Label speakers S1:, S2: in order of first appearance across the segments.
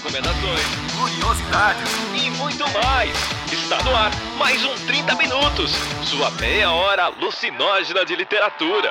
S1: recomendações,
S2: curiosidades
S1: e muito mais. Está no ar mais um 30 Minutos, sua meia hora alucinógena de literatura.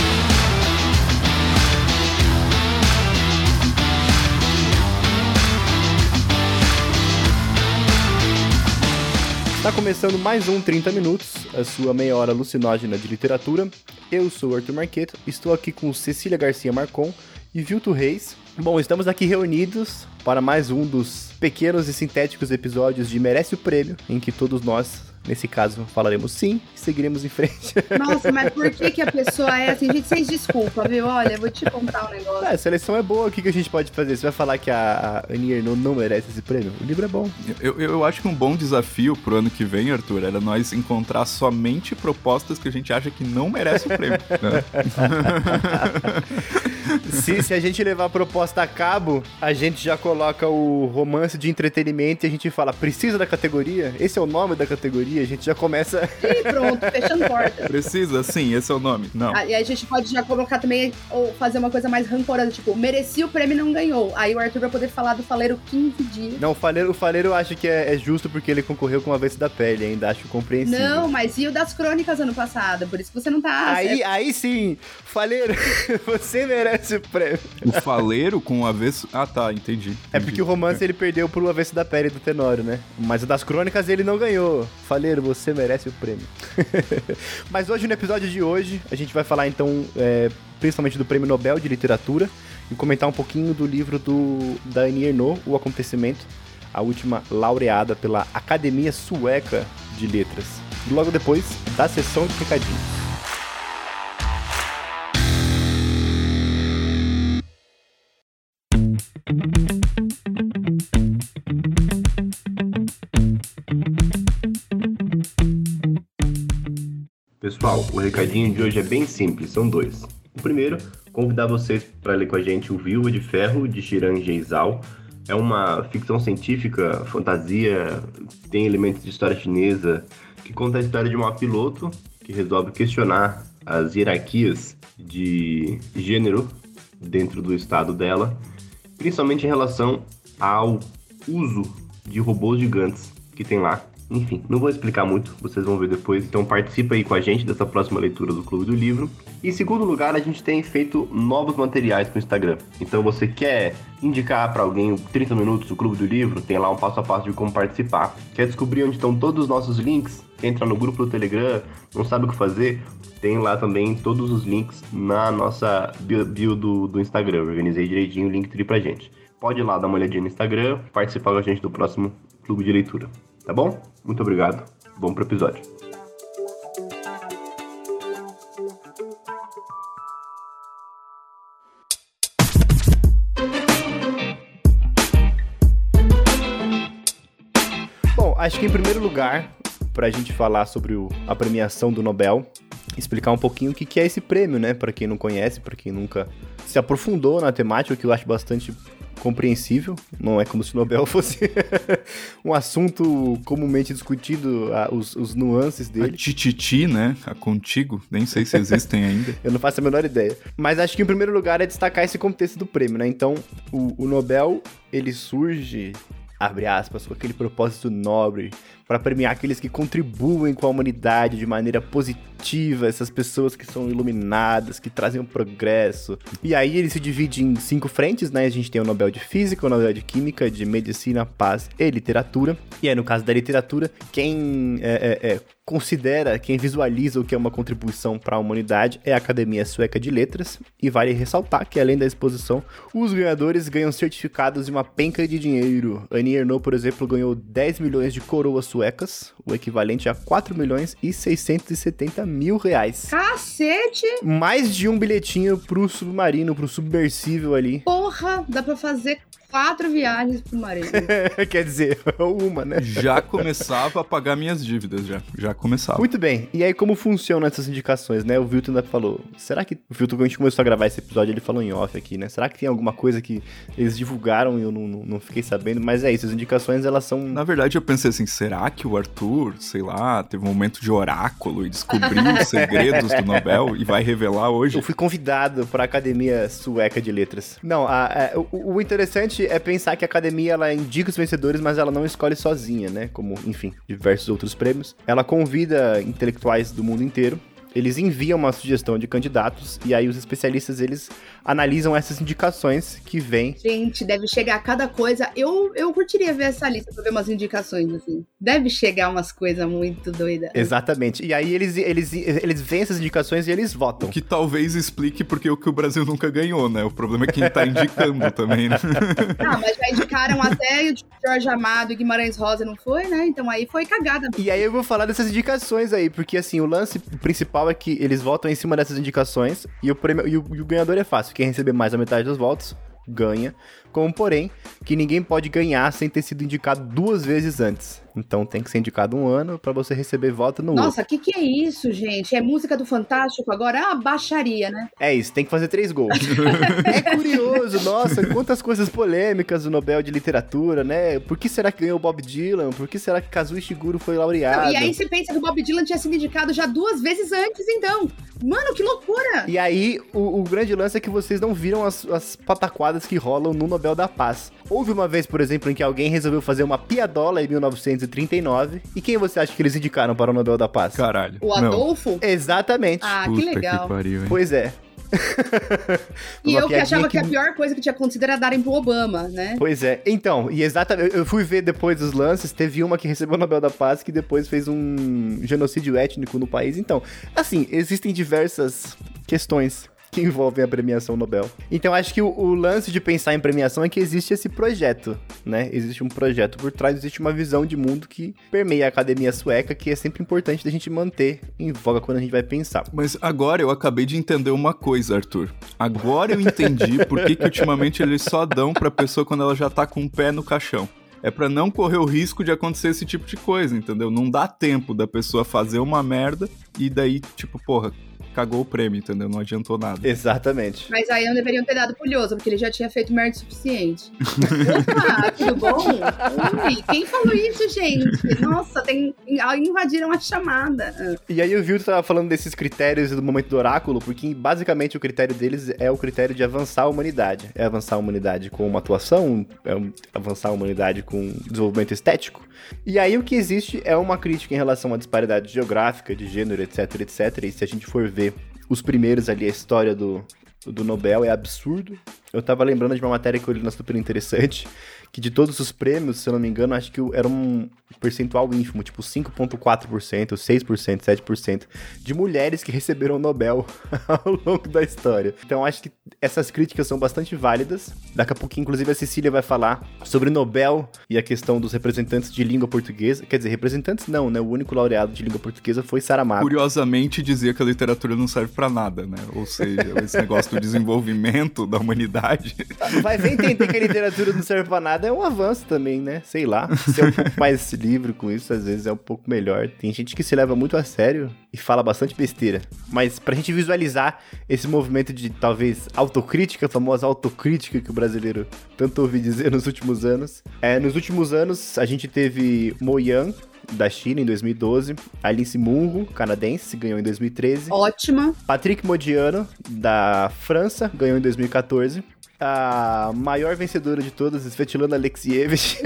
S3: Está começando mais um 30 Minutos, a sua meia hora alucinógena de literatura. Eu sou o Arthur Marqueto, estou aqui com Cecília Garcia Marcon e Vilto Reis. Bom, estamos aqui reunidos para mais um dos pequenos e sintéticos episódios de Merece o Prêmio, em que todos nós, nesse caso, falaremos sim e seguiremos em frente.
S4: Nossa, mas por que a pessoa é assim? Gente, vocês desculpa, viu? Olha, eu vou te contar um negócio.
S3: A seleção é boa, o que a gente pode fazer? Você vai falar que a Annie Ernaux não merece esse prêmio? O livro é bom.
S5: Eu acho que um bom desafio pro ano que vem, Arthur, era nós encontrar somente propostas que a gente acha que não merece o prêmio. Né?
S3: Se a gente levar a proposta a cabo, a gente já coloca o romance de entretenimento e a gente fala, precisa da categoria? Esse é o nome da categoria? A gente já começa...
S4: E pronto, fechando porta.
S5: Precisa? Sim, esse é o nome. Não.
S4: E a gente pode já colocar também, ou fazer uma coisa mais rancorosa, tipo, merecia o prêmio e não ganhou. Aí o Arthur vai poder falar do Faleiro 15 dias.
S3: Não, o Faleiro eu acho que é justo porque ele concorreu com o Avesso da Pele, ainda acho compreensível.
S4: Não, mas e o das crônicas ano passado? Por isso que você não tá...
S3: Aí sim, Faleiro, você merece o prêmio.
S5: O Faleiro com o Avesso... Ah, tá, entendi.
S3: É porque o romance ele perdeu pro Avesso da Pele do Tenório, né? Mas o das crônicas ele não ganhou. Faleiro, você merece o prêmio. Mas hoje, no episódio de hoje, a gente vai falar então, principalmente do Prêmio Nobel de Literatura e comentar um pouquinho do livro da Annie Ernaux, O Acontecimento, a última laureada pela Academia Sueca de Letras. Logo depois da sessão de recadinhos.
S6: Pessoal, o recadinho de hoje é bem simples, são dois. O primeiro, convidar vocês para ler com a gente o Viúva de Ferro, de Shiran Geizhal. É uma ficção científica, fantasia, tem elementos de história chinesa, que conta a história de uma piloto que resolve questionar as hierarquias de gênero dentro do estado dela, principalmente em relação ao uso de robôs gigantes que tem lá. Enfim, não vou explicar muito, vocês vão ver depois. Então participa aí com a gente dessa próxima leitura do Clube do Livro. E em segundo lugar, a gente tem feito novos materiais pro Instagram. Então você quer indicar para alguém o 30 Minutos do Clube do Livro? Tem lá um passo a passo de como participar. Quer descobrir onde estão todos os nossos links? Quer entrar no grupo do Telegram? Não sabe o que fazer? Tem lá também todos os links na nossa bio do Instagram. Eu organizei direitinho o Linktree pra gente. Pode ir lá dar uma olhadinha no Instagram, participar com a gente do próximo Clube de Leitura. Tá bom? Muito obrigado. Vamos pro episódio.
S3: Bom, acho que em primeiro lugar, pra gente falar sobre a premiação do Nobel, explicar um pouquinho o que é esse prêmio, né? Pra quem não conhece, pra quem nunca se aprofundou na temática, que eu acho bastante compreensível, não é como se o Nobel fosse um assunto comumente discutido, os nuances dele.
S5: A Tititi, né? A Contigo, nem sei se existem ainda.
S3: Eu não faço a menor ideia. Mas acho que em primeiro lugar é destacar esse contexto do prêmio, né? Então, o Nobel, ele surge, abre aspas, com aquele propósito nobre para premiar aqueles que contribuem com a humanidade de maneira positiva, essas pessoas que são iluminadas, que trazem um progresso. E aí ele se divide em 5 frentes, né? A gente tem o Nobel de Física, o Nobel de Química, de Medicina, Paz e Literatura. E aí, no caso da literatura, quem considera, quem visualiza o que é uma contribuição para a humanidade é a Academia Sueca de Letras. E vale ressaltar que, além da exposição, os ganhadores ganham certificados e uma penca de dinheiro. Annie Ernaux, por exemplo, ganhou 10 milhões de coroas suecas, o equivalente a 4 milhões e 670 mil reais.
S4: Cacete!
S3: Mais de um bilhetinho pro submarino, pro submersível ali.
S4: Porra, dá pra fazer 4 viagens pro marido.
S3: Quer dizer, uma, né?
S5: Já começava a pagar minhas dívidas, já começava.
S3: Muito bem, e aí como funcionam essas indicações, né? O Vilton ainda falou, será que... O Vilton, quando a gente começou a gravar esse episódio, ele falou em off aqui, né? Será que tem alguma coisa que eles divulgaram e eu não fiquei sabendo? Mas é isso, as indicações, elas são...
S5: Na verdade, eu pensei assim, será que o Arthur, sei lá, teve um momento de oráculo e descobriu os segredos do Nobel e vai revelar hoje?
S3: Eu fui convidado para a Academia Sueca de Letras. Não, O interessante é pensar que a academia, ela indica os vencedores, mas ela não escolhe sozinha, né? Como, enfim, diversos outros prêmios. Ela convida intelectuais do mundo inteiro. Eles enviam uma sugestão de candidatos e aí os especialistas, eles analisam essas indicações que vêm.
S4: Gente, deve chegar cada coisa. Eu curtiria ver essa lista pra ver umas indicações, assim. Deve chegar umas coisas muito doidas.
S3: Exatamente. E aí eles veem essas indicações e eles votam.
S5: O que talvez explique porque o Brasil nunca ganhou, né? O problema é quem tá indicando também, né?
S4: Ah, mas já indicaram até o Jorge Amado e Guimarães Rosa, não foi, né? Então aí foi cagada.
S3: E aí eu vou falar dessas indicações aí, porque assim, o lance principal é que eles votam em cima dessas indicações e o prêmio e o ganhador é fácil. Quem receber mais da metade dos votos ganha. Como, porém, que ninguém pode ganhar sem ter sido indicado 2 vezes antes. Então tem que ser indicado um ano pra você receber voto no outro.
S4: Nossa, que é isso, gente? É música do Fantástico agora? É uma baixaria, né?
S3: É isso, tem que fazer 3 gols. É curioso, nossa, quantas coisas polêmicas do Nobel de Literatura, né? Por que será que ganhou o Bob Dylan? Por que será que Kazuo Ishiguro foi laureado?
S4: Não, e aí você pensa que o Bob Dylan tinha sido indicado já 2 vezes antes, então. Mano, que loucura!
S3: E aí, o grande lance é que vocês não viram as pataquadas que rolam no Nobel da Paz. Houve uma vez, por exemplo, em que alguém resolveu fazer uma piadola em 1939. E quem você acha que eles indicaram para o Nobel da Paz?
S5: Caralho.
S4: O Adolfo?
S3: Não. Exatamente.
S4: Ah,
S5: Puta
S4: que legal.
S5: Que pariu, hein?
S3: Pois é.
S4: E eu que achava que a pior coisa que tinha acontecido era darem pro Obama, né?
S3: Pois é. Então, e exatamente, eu fui ver depois dos lances, teve uma que recebeu o Nobel da Paz que depois fez um genocídio étnico no país. Então, assim, existem diversas questões que envolvem a premiação Nobel. Então, acho que o lance de pensar em premiação é que existe esse projeto, né? Existe um projeto por trás, existe uma visão de mundo que permeia a academia sueca, que é sempre importante da gente manter em voga quando a gente vai pensar.
S5: Mas agora eu acabei de entender uma coisa, Arthur. Agora eu entendi por que ultimamente eles só dão pra pessoa quando ela já tá com o pé no caixão. É pra não correr o risco de acontecer esse tipo de coisa, entendeu? Não dá tempo da pessoa fazer uma merda e daí, tipo, porra, cagou o prêmio, entendeu? Não adiantou nada.
S3: Exatamente.
S4: Mas aí não deveriam ter dado pro Lhosa, porque ele já tinha feito merda o suficiente. Opa, tudo bom? Ui, quem falou isso, gente? Nossa, invadiram a chamada.
S3: E aí o Vilto tava falando desses critérios do momento do oráculo, porque basicamente o critério deles é o critério de avançar a humanidade. É avançar a humanidade com uma atuação, avançar a humanidade com desenvolvimento estético. E aí o que existe é uma crítica em relação à disparidade geográfica, de gênero, etc, etc. E se a gente for ver os primeiros ali, a história do Nobel é absurdo. Eu tava lembrando de uma matéria que eu li na Super Interessante, que de todos os prêmios, se eu não me engano, acho que era um percentual ínfimo, tipo 5,4%, 6%, 7% de mulheres que receberam o Nobel ao longo da história. Então acho que essas críticas são bastante válidas. Daqui a pouquinho, inclusive, a Cecília vai falar sobre Nobel e a questão dos representantes de língua portuguesa. Quer dizer, representantes não, né? O único laureado de língua portuguesa foi Saramago.
S5: Curiosamente, dizia que a literatura não serve pra nada, né? Ou seja, esse negócio do desenvolvimento da humanidade.
S3: Vai ver entender que a literatura não serve pra nada é um avanço também, né? Sei lá. Ser um pouco mais livre com isso, às vezes é um pouco melhor. Tem gente que se leva muito a sério e fala bastante besteira. Mas pra gente visualizar esse movimento de, talvez, autocrítica, a famosa autocrítica que o brasileiro tanto ouvi dizer nos últimos anos. Nos últimos anos, a gente teve Mo Yan, da China, em 2012. Alice Munro, canadense, ganhou em 2013.
S4: Ótima.
S3: Patrick Modiano, da França, ganhou em 2014. A maior vencedora de todas, Svetlana Alexievich.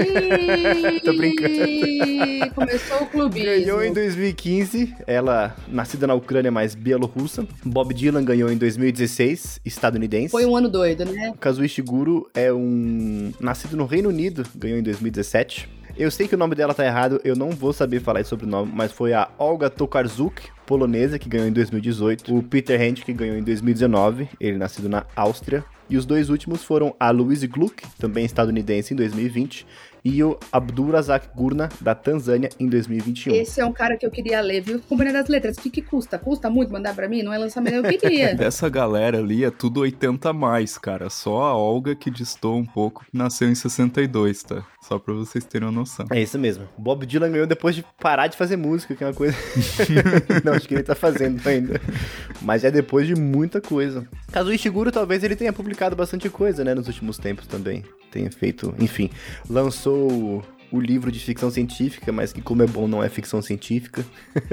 S3: Tô brincando.
S4: Começou o clubismo.
S3: Ganhou em 2015, ela nascida na Ucrânia, mas bielorrussa. Bob Dylan ganhou em 2016, estadunidense.
S4: Foi um ano doido, né?
S3: Kazuo Ishiguro é nascido no Reino Unido, ganhou em 2017. Eu sei que o nome dela tá errado, eu não vou saber falar sobre o nome, mas foi a Olga Tokarczuk, polonesa, que ganhou em 2018. O Peter Hand, que ganhou em 2019, ele nascido na Áustria. E os 2 últimos foram a Louise Gluck, também estadunidense, em 2020, e o Abdulrazak Gurna, da Tanzânia, em 2021.
S4: Esse é um cara que eu queria ler, viu? Companhia das Letras, o que custa? Custa muito mandar pra mim? Não é lançamento, eu queria.
S5: Dessa galera ali é tudo 80 a mais, cara. Só a Olga que distou um pouco, que nasceu em 62, tá? Só pra vocês terem uma noção.
S3: É isso mesmo. Bob Dylan ganhou depois de parar de fazer música, que é uma coisa... Não, acho que ele tá fazendo ainda. Mas é depois de muita coisa. Kazuo Ishiguro, talvez ele tenha publicado bastante coisa, né? Nos últimos tempos também. Tenha feito... Enfim, lançou o livro de ficção científica, mas que como é bom não é ficção científica.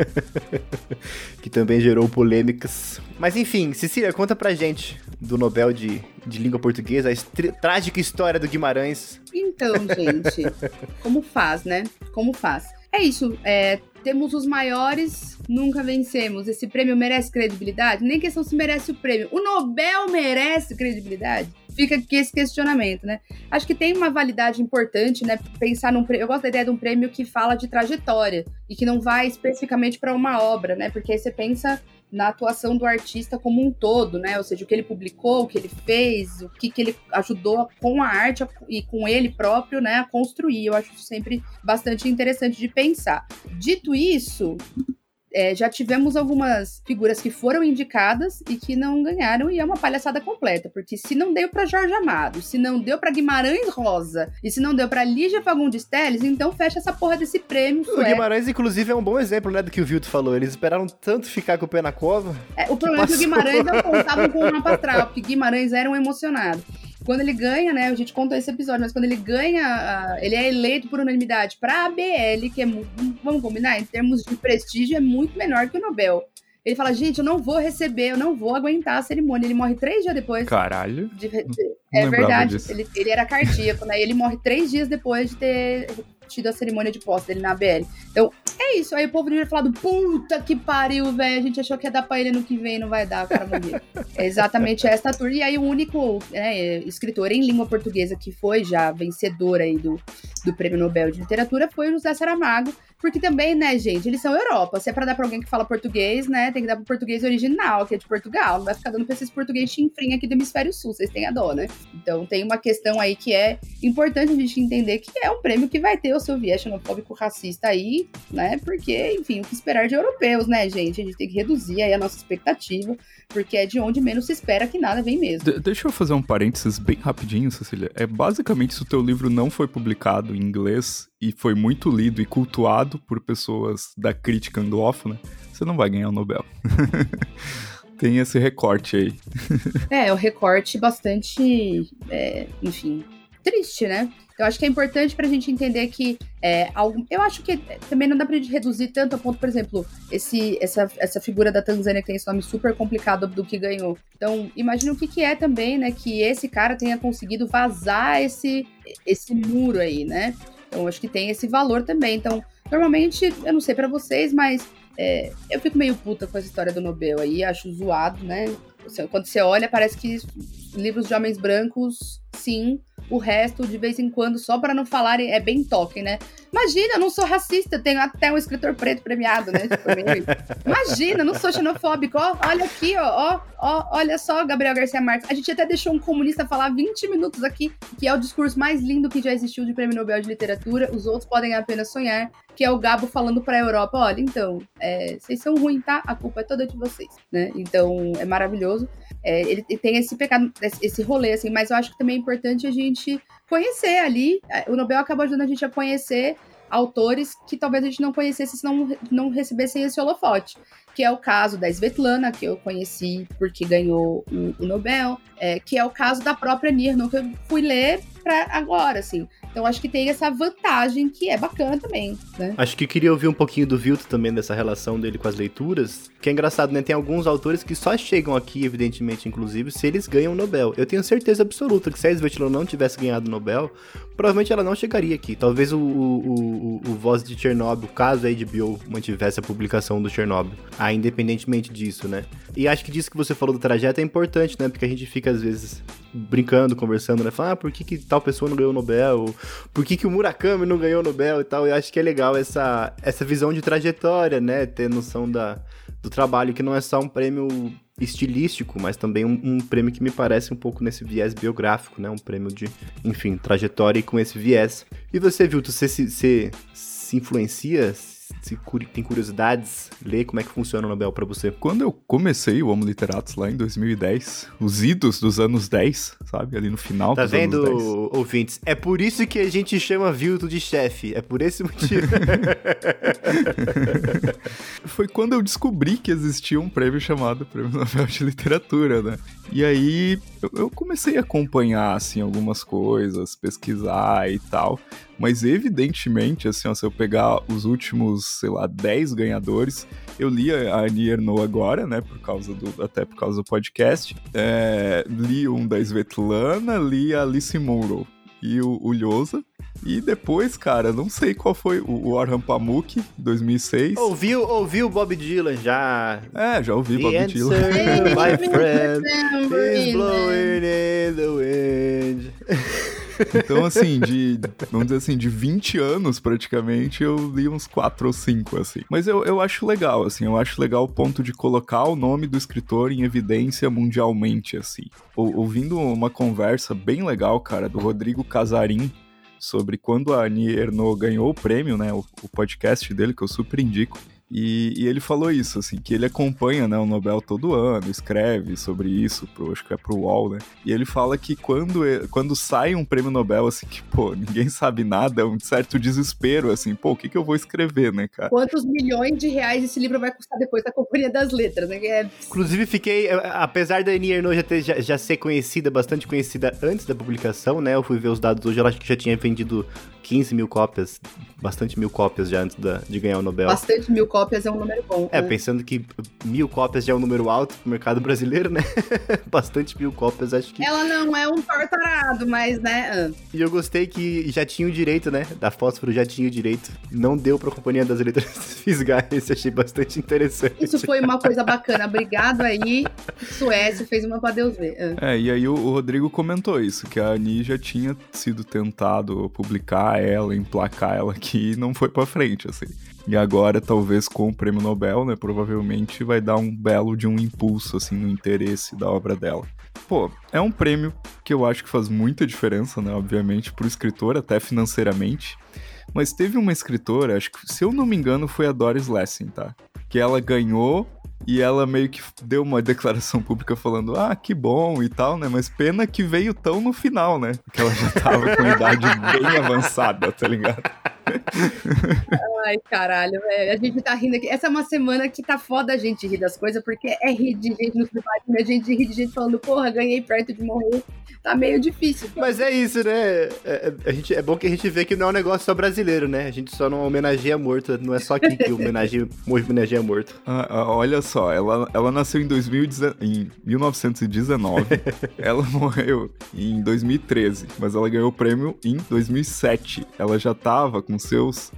S3: Que também gerou polêmicas. Mas enfim, Cecília, conta pra gente do Nobel de Língua Portuguesa, a trágica história do Guimarães.
S4: Então, gente, como faz, né? Como faz? É isso, temos os maiores, nunca vencemos. Esse prêmio merece credibilidade? Nem questão se merece o prêmio. O Nobel merece credibilidade? Fica aqui esse questionamento, né? Acho que tem uma validade importante, né? Pensar num prêmio. Eu gosto da ideia de um prêmio que fala de trajetória e que não vai especificamente para uma obra, né? Porque aí você pensa na atuação do artista como um todo, né? Ou seja, o que ele publicou, o que ele fez, o que ele ajudou com a arte e com ele próprio, né, a construir. Eu acho isso sempre bastante interessante de pensar. Dito isso, já tivemos algumas figuras que foram indicadas e que não ganharam, e é uma palhaçada completa, porque se não deu pra Jorge Amado, se não deu pra Guimarães Rosa, e se não deu pra Lígia Fagundes Telles, então fecha essa porra desse prêmio.
S3: O Guimarães, inclusive, é um bom exemplo, né, do que o Vilto falou. Eles esperaram tanto ficar com o pé na cova.
S4: O problema é que o Guimarães não contava com o mapa astral, porque Guimarães era um emocionado. Quando ele ganha, né, a gente contou esse episódio, mas quando ele ganha, ele é eleito por unanimidade para a ABL, que é, vamos combinar, em termos de prestígio, é muito menor que o Nobel. Ele fala, gente, eu não vou receber, eu não vou aguentar a cerimônia. Ele morre 3 dias depois.
S5: Caralho.
S4: É verdade, ele era cardíaco, né, e ele morre 3 dias depois de ter tido a cerimônia de posse dele na ABL. Então, é isso. Aí o povo devia falar, puta que pariu, velho. A gente achou que ia dar pra ele ano que vem, não vai dar, o cara morreu. É exatamente essa turma. E aí o único escritor em língua portuguesa que foi já vencedor aí do Prêmio Nobel de Literatura foi o José Saramago, porque também, né, gente, eles são Europa. Se é pra dar pra alguém que fala português, né, tem que dar pro português original, que é de Portugal. Não vai ficar dando pra esses português chinfrim aqui do Hemisfério Sul, vocês têm a dó, né? Então tem uma questão aí que é importante a gente entender que é um prêmio que vai ter o seu viés xenofóbico racista aí, né, porque, enfim, o que esperar de europeus, né, gente? A gente tem que reduzir aí a nossa expectativa, porque é de onde menos se espera que nada vem mesmo.
S5: Deixa eu fazer um parênteses bem rapidinho, Cecília. Basicamente, se o teu livro não foi publicado em inglês e foi muito lido e cultuado por pessoas da crítica anglófona, você não vai ganhar o Nobel. Tem esse recorte aí.
S4: É um recorte bastante, enfim, triste, né? Eu acho que é importante pra gente entender que eu acho que também não dá pra gente reduzir tanto a ponto, por exemplo, essa figura da Tanzânia que tem esse nome super complicado do que ganhou. Então, imagina o que é também, né, que esse cara tenha conseguido vazar esse muro aí, né? Então, acho que tem esse valor também. Então, normalmente, eu não sei pra vocês, mas eu fico meio puta com essa história do Nobel aí, acho zoado, né? Quando você olha, parece que livros de homens brancos, sim. O resto, de vez em quando, só pra não falarem, é bem toque, né? Imagina, eu não sou racista, eu tenho até um escritor preto premiado, né? Imagina, eu não sou xenofóbico, ó, olha aqui, ó, olha só, Gabriel Garcia Marques. A gente até deixou um comunista falar 20 minutos aqui, que é o discurso mais lindo que já existiu de Prêmio Nobel de Literatura, os outros podem apenas sonhar, que é o Gabo falando pra Europa, olha, então, vocês são ruins, tá? A culpa é toda de vocês, né? Então, é maravilhoso. Ele tem esse pecado, esse rolê, assim, mas eu acho que também é importante a gente conhecer ali. O Nobel acabou ajudando a gente a conhecer autores que talvez a gente não conhecesse se não recebessem esse holofote, que é o caso da Svetlana, que eu conheci porque ganhou o Nobel, que é o caso da própria Nirno, que eu fui ler pra agora, assim. Então, acho que tem essa vantagem que é bacana também, né?
S3: Acho que eu queria ouvir um pouquinho do Vilto também, dessa relação dele com as leituras, que é engraçado, né? Tem alguns autores que só chegam aqui, evidentemente, inclusive, se eles ganham o Nobel. Eu tenho certeza absoluta que se a Svetlana não tivesse ganhado o Nobel, provavelmente ela não chegaria aqui. Talvez o Voz de Chernobyl, caso a HBO mantivesse a publicação do Chernobyl, independentemente disso, né? E acho que disso que você falou do trajeto é importante, né? Porque a gente fica, às vezes, brincando, conversando, né? Falando, por que tal pessoa não ganhou o Nobel? Por que o Murakami não ganhou o Nobel e tal? Eu acho que é legal essa visão de trajetória, né? Ter noção do trabalho, que não é só um prêmio estilístico, mas também um prêmio que me parece um pouco nesse viés biográfico, né? Um prêmio de, enfim, trajetória e com esse viés. E você, Vilto, você se influencia? Tem curiosidades, ler como é que funciona o Nobel pra você?
S5: Quando eu comecei o Homo Literatus lá em 2010, os idos dos anos 10, sabe? Ali no final dos anos 10. Tá
S3: vendo, ouvintes? É por isso que a gente chama Vilto de chefe. É por esse motivo.
S5: Foi quando eu descobri que existia um prêmio chamado Prêmio Nobel de Literatura, né? E aí eu comecei a acompanhar, assim, algumas coisas, pesquisar e tal. Mas evidentemente, assim, ó, se eu pegar os últimos, sei lá, 10 ganhadores, eu li a Annie Ernaux agora, né, até por causa do podcast. Li um da Svetlana, li a Alice Munro e o Ljosa. E depois, cara, não sei qual foi o Orhan Pamuk, 2006.
S3: Ouviu o Bob Dylan já.
S5: Já ouvi Bob Dylan.
S3: My friend is blowing in the wind.
S5: Então, assim, vamos dizer assim, de 20 anos, praticamente, eu li uns 4 ou 5, assim. Mas eu acho legal, assim, eu acho legal o ponto de colocar o nome do escritor em evidência mundialmente, assim. Ouvindo uma conversa bem legal, cara, do Rodrigo Casarim, sobre quando a Annie Ernaux ganhou o prêmio, né, o podcast dele, que eu super indico. E ele falou isso, assim, que ele acompanha, né, o Nobel todo ano, escreve sobre isso, acho que é pro UOL, né? E ele fala que quando sai um prêmio Nobel, assim, que, pô, ninguém sabe nada, é um certo desespero, assim, pô, o que eu vou escrever, né, cara?
S4: Quantos milhões de reais esse livro vai custar depois da Companhia das Letras, né?
S3: Inclusive, fiquei, apesar da Annie Ernaux já ser conhecida, bastante conhecida antes da publicação, né? Eu fui ver os dados hoje, ela acho que já tinha vendido 15 mil cópias, bastante mil cópias já antes de ganhar o Nobel.
S4: Bastante mil cópias é um número bom.
S3: Pensando que 1000 cópias já é um número alto pro mercado brasileiro, né? Bastante 1000 cópias, acho que...
S4: Ela não é um torturado, mas, né...
S3: E eu gostei que já tinha o direito, né? Da Fósforo já tinha o direito. Não deu pra Companhia das Letras fisgar. Esse achei bastante interessante.
S4: Isso foi uma coisa bacana. Obrigado aí, Suécia, fez uma pra Deus ver.
S5: E aí o Rodrigo comentou isso, que a Annie já tinha sido tentado publicar ela, emplacar ela aqui e não foi pra frente, assim. E agora, talvez com o prêmio Nobel, né, provavelmente vai dar um belo de um impulso, assim, no interesse da obra dela. Pô, é um prêmio que eu acho que faz muita diferença, né, obviamente, pro escritor, até financeiramente. Mas teve uma escritora, acho que, se eu não me engano, foi a Doris Lessing, tá? Que ela ganhou e ela meio que deu uma declaração pública falando, que bom e tal, né? Mas pena que veio tão no final, né? Porque ela já tava com idade bem avançada, tá ligado?
S4: Ai, caralho, velho. A gente tá rindo aqui. Essa é uma semana que tá foda a gente rir das coisas, porque é rir de gente no privado, a gente ri de gente falando, porra, ganhei perto de morrer. Tá meio difícil.
S3: Mas é isso, né? É bom que a gente vê que não é um negócio só brasileiro, né? A gente só não homenageia morto. Não é só aqui que homenageia morto.
S5: Olha só, ela nasceu em 1919. Ela morreu em 2013, mas ela ganhou o prêmio em 2007. Ela já tava com seus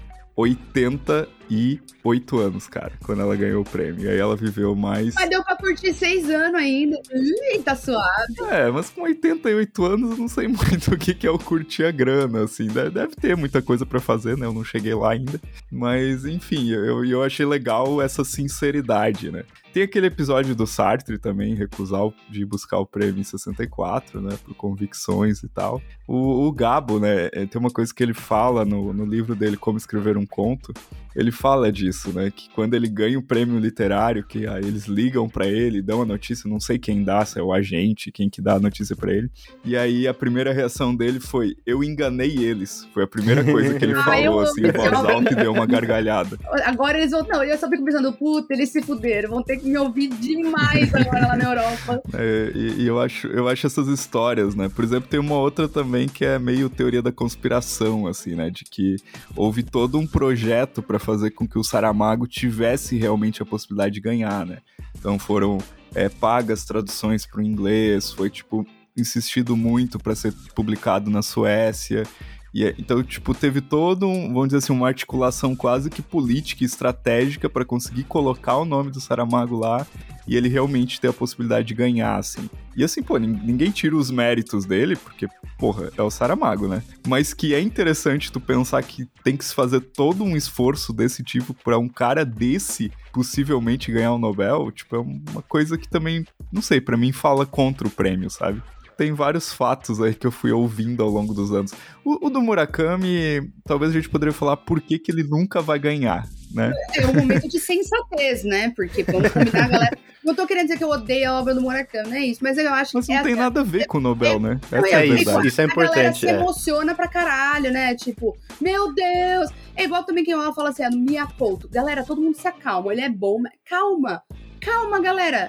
S5: 88 anos, cara, quando ela ganhou o prêmio. E aí ela viveu mais...
S4: Mas deu pra curtir 6 anos ainda. Tá suave.
S5: Mas com 88 anos eu não sei muito o que é o curtir a grana, assim. Deve ter muita coisa pra fazer, né? Eu não cheguei lá ainda. Mas, enfim, eu achei legal essa sinceridade, né? Tem aquele episódio do Sartre também, recusar de buscar o prêmio em 64, né, por convicções e tal. O Gabo, né, tem uma coisa que ele fala no livro dele, Como Escrever um Conto, ele fala disso, né, que quando ele ganha o prêmio literário, que aí eles ligam pra ele, dão a notícia, não sei quem dá, se é o agente, quem que dá a notícia pra ele, e aí a primeira reação dele foi, eu enganei eles, foi a primeira coisa que ele falou, assim, em voz alta e deu uma gargalhada.
S4: Agora eles vão, não, eu só fico pensando, puta, eles se fuderam, vão ter que me ouvir demais agora lá na Europa.
S5: E eu acho essas histórias, né, por exemplo, tem uma outra também que é meio teoria da conspiração, assim, né, de que houve todo um projeto pra fazer com que o Saramago tivesse realmente a possibilidade de ganhar, né? Então foram pagas traduções para o inglês, foi, tipo, insistido muito para ser publicado na Suécia. Então, tipo, teve todo vamos dizer assim, uma articulação quase que política e estratégica para conseguir colocar o nome do Saramago lá e ele realmente ter a possibilidade de ganhar, assim. E assim, pô, ninguém tira os méritos dele, porque, porra, é o Saramago, né? Mas que é interessante tu pensar que tem que se fazer todo um esforço desse tipo pra um cara desse possivelmente ganhar o Nobel, tipo, é uma coisa que também, não sei, pra mim fala contra o prêmio, sabe? Tem vários fatos aí que eu fui ouvindo ao longo dos anos. O do Murakami, talvez a gente poderia falar por que ele nunca vai ganhar, né?
S4: É um momento de sensatez, né? Porque vamos combinar, galera. Não tô querendo dizer que eu odeio a obra do Murakami, não é isso, mas eu acho
S5: mas
S4: que...
S5: Mas não tem nada a ver com o Nobel, né?
S3: Essa é a verdade. Isso é importante. A galera
S4: se emociona pra caralho, né? Tipo, meu Deus! É igual também quem fala assim, Miyako. Galera, todo mundo se acalma, ele é bom, mas calma, galera.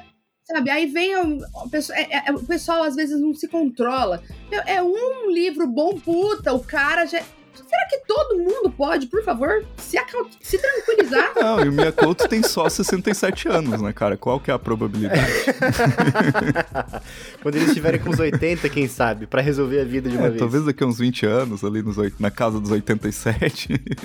S4: sabe? Aí vem o pessoal às vezes não se controla. É um livro bom, puta, o cara já... Será que todo mundo pode, por favor, se tranquilizar?
S5: Não, e o Miyakoto tem só 67 anos, né, cara? Qual que é a probabilidade?
S3: Quando eles estiverem com os 80, quem sabe, pra resolver a vida de uma vez.
S5: Talvez daqui a uns 20 anos, ali na casa dos 87.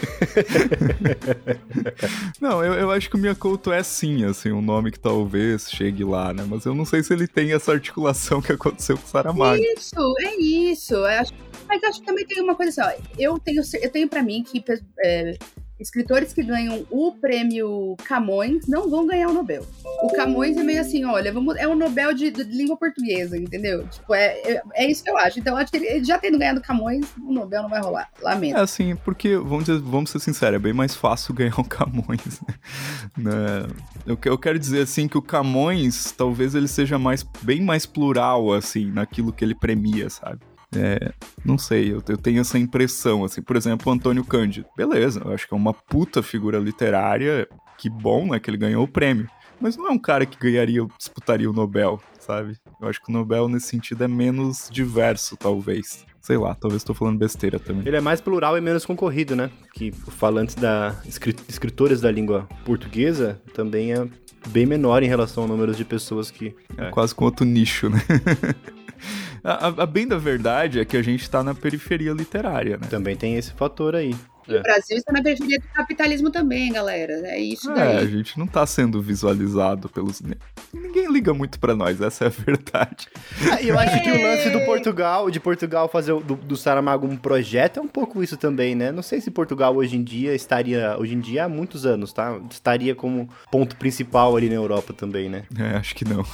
S5: Não, eu acho que o Miyakoto é sim, assim, um nome que talvez chegue lá, né? Mas eu não sei se ele tem essa articulação que aconteceu com o Saramago.
S4: Isso. Mas acho que também tem uma coisa assim, ó. Eu tenho pra mim que escritores que ganham o prêmio Camões não vão ganhar o Nobel. O Camões é meio assim, olha, é um Nobel de língua portuguesa, entendeu? Tipo, é isso que eu acho. Então, acho que ele já tendo ganhado o Camões, o Nobel não vai rolar. Lamento.
S5: É assim, porque, vamos ser sinceros, é bem mais fácil ganhar o Camões, né? Eu quero dizer, assim, que o Camões, talvez ele seja bem mais plural, assim, naquilo que ele premia, sabe? Não sei, eu tenho essa impressão, assim, por exemplo, o Antônio Cândido, beleza, eu acho que é uma puta figura literária, que bom, né, que ele ganhou o prêmio, mas não é um cara que disputaria o Nobel, sabe? Eu acho que o Nobel, nesse sentido, é menos diverso, talvez. Sei lá, talvez estou falando besteira também.
S3: Ele é mais plural e menos concorrido, né? Que falantes escritores da língua portuguesa também é bem menor em relação ao número de pessoas que...
S5: Quase com outro nicho, né? A bem da verdade é que a gente tá na periferia literária, né?
S3: Também tem esse fator aí.
S4: E o Brasil está na periferia do capitalismo também, galera. É isso daí.
S5: A gente não tá sendo visualizado pelos... Ninguém liga muito pra nós, essa é a verdade.
S3: Eu acho que o lance de Portugal fazer do Saramago um projeto é um pouco isso também, né? Não sei se Portugal hoje em dia há muitos anos, tá? Estaria como ponto principal ali na Europa também, né?
S5: Acho que não.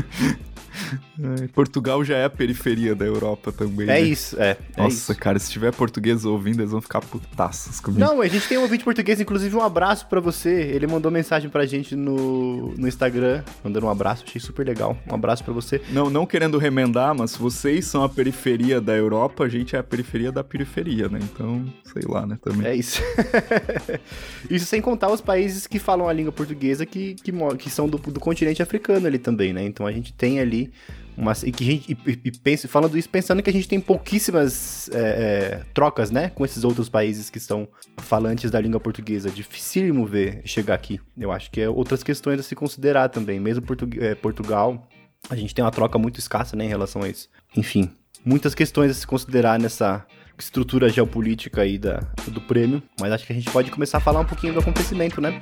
S5: Portugal já é a periferia da Europa também.
S3: É, né? Isso.
S5: Nossa, cara, se tiver português ouvindo, eles vão ficar putaços comigo.
S3: Não, a gente tem um ouvinte português, inclusive um abraço pra você. Ele mandou mensagem pra gente no Instagram, mandando um abraço, achei super legal. Um abraço pra você.
S5: Não querendo remendar, mas vocês são a periferia da Europa, a gente é a periferia da periferia, né? Então, sei lá, né, também.
S3: É isso. Isso sem contar os países que falam a língua portuguesa que são do continente africano ali também, né? Então a gente tem ali falando isso pensando que a gente tem pouquíssimas trocas, né, com esses outros países que são falantes da língua portuguesa. Dificílimo ver chegar aqui. Eu acho que é outras questões a se considerar também. Mesmo Portugal, a gente tem uma troca muito escassa, né, em relação a isso. Enfim, muitas questões a se considerar nessa estrutura geopolítica aí do prêmio, mas acho que a gente pode começar a falar um pouquinho do acontecimento, né?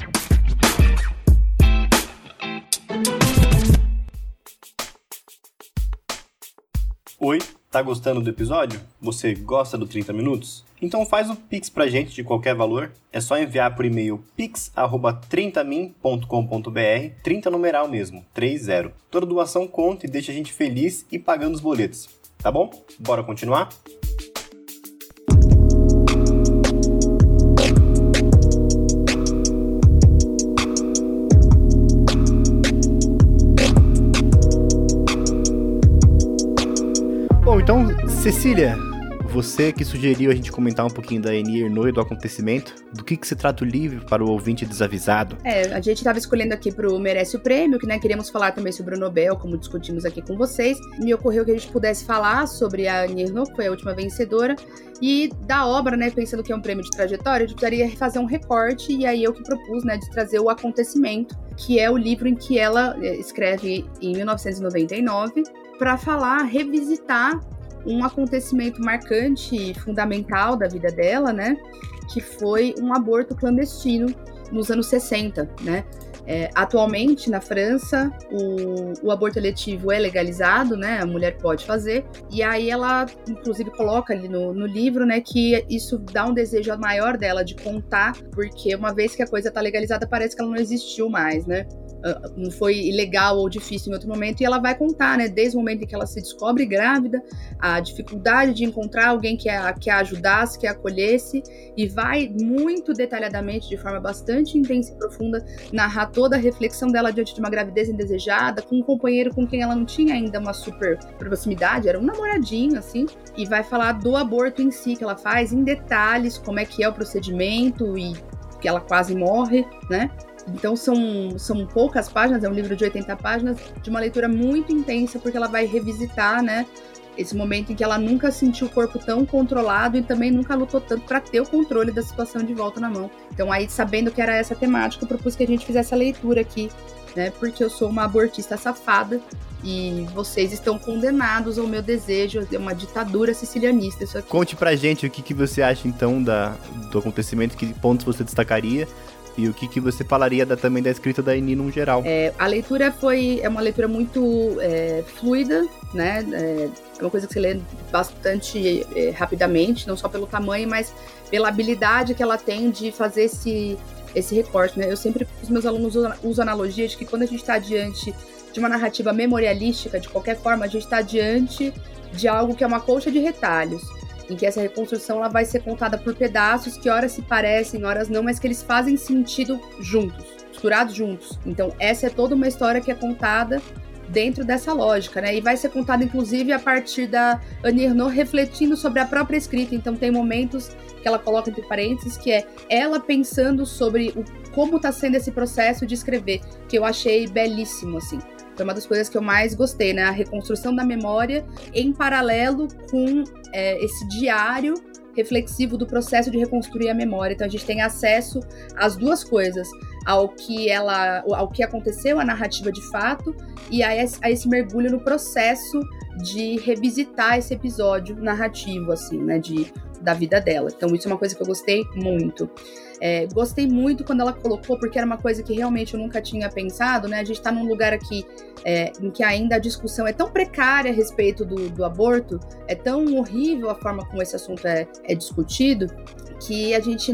S3: Oi, tá gostando do episódio? Você gosta do 30 Minutos? Então faz o Pix pra gente de qualquer valor. É só enviar por e-mail pix@30min.com.br, 30 numeral mesmo, 30. Toda doação conta e deixa a gente feliz e pagando os boletos. Tá bom? Bora continuar? Bom, então, Cecília, você que sugeriu a gente comentar um pouquinho da Annie Ernaux e do acontecimento, do que se trata o livro para o ouvinte desavisado?
S4: A gente estava escolhendo aqui pro Merece o Prêmio, que, né, queríamos falar também sobre o Nobel, como discutimos aqui com vocês. Me ocorreu que a gente pudesse falar sobre a Annie Ernaux, que foi a última vencedora, e da obra, né, pensando que é um prêmio de trajetória, a gente precisaria fazer um recorte, e aí eu que propus, né, de trazer o Acontecimento, que é o livro em que ela escreve em 1999, para revisitar um acontecimento marcante e fundamental da vida dela, né? Que foi um aborto clandestino nos anos 60, né? Atualmente, na França, o aborto eletivo é legalizado, né? A mulher pode fazer. E aí ela, inclusive, coloca ali no livro, né? Que isso dá um desejo maior dela de contar, porque uma vez que a coisa tá legalizada, parece que ela não existiu mais, né? Não foi ilegal ou difícil em outro momento, e ela vai contar, né, desde o momento em que ela se descobre grávida, a dificuldade de encontrar alguém que a ajudasse, que a acolhesse, e vai muito detalhadamente, de forma bastante intensa e profunda, narrar toda a reflexão dela diante de uma gravidez indesejada, com um companheiro com quem ela não tinha ainda uma super proximidade, era um namoradinho, assim, e vai falar do aborto em si, que ela faz em detalhes, como é que é o procedimento, e que ela quase morre, né? Então são poucas páginas, é um livro de 80 páginas, de uma leitura muito intensa, porque ela vai revisitar, né, esse momento em que ela nunca sentiu o corpo tão controlado e também nunca lutou tanto para ter o controle da situação de volta na mão. Então aí, sabendo que era essa temática, eu propus que a gente fizesse a leitura aqui, né, porque eu sou uma abortista safada e vocês estão condenados ao meu desejo de uma ditadura sicilianista. Isso aqui.
S3: Conte pra gente o que você acha, então, do acontecimento, que pontos você destacaria e o que você falaria também da escrita da Eni no geral.
S4: A leitura é uma leitura muito fluida, né? É uma coisa que você lê bastante rapidamente, não só pelo tamanho, mas pela habilidade que ela tem de fazer esse recorte, né? Eu sempre, com os meus alunos, uso a analogia de que quando a gente está diante de uma narrativa memorialística, de qualquer forma, a gente está diante de algo que é uma colcha de retalhos, em que essa reconstrução ela vai ser contada por pedaços que horas se parecem, horas não, mas que eles fazem sentido juntos, misturados juntos. Então, essa é toda uma história que é contada dentro dessa lógica, né? E vai ser contada, inclusive, a partir da Annie Ernaux refletindo sobre a própria escrita. Então, tem momentos que ela coloca entre parênteses, que é ela pensando sobre como está sendo esse processo de escrever, que eu achei belíssimo, assim. Foi uma das coisas que eu mais gostei, né? A reconstrução da memória em paralelo com esse diário reflexivo do processo de reconstruir a memória. Então a gente tem acesso às duas coisas, ao que aconteceu, a narrativa de fato, e a esse mergulho no processo de revisitar esse episódio narrativo, assim, né? Da vida dela. Então isso é uma coisa que eu gostei muito. Gostei muito quando ela colocou, porque era uma coisa que realmente eu nunca tinha pensado, né? A gente tá num lugar aqui em que ainda a discussão é tão precária a respeito do aborto, é tão horrível a forma como esse assunto é discutido, que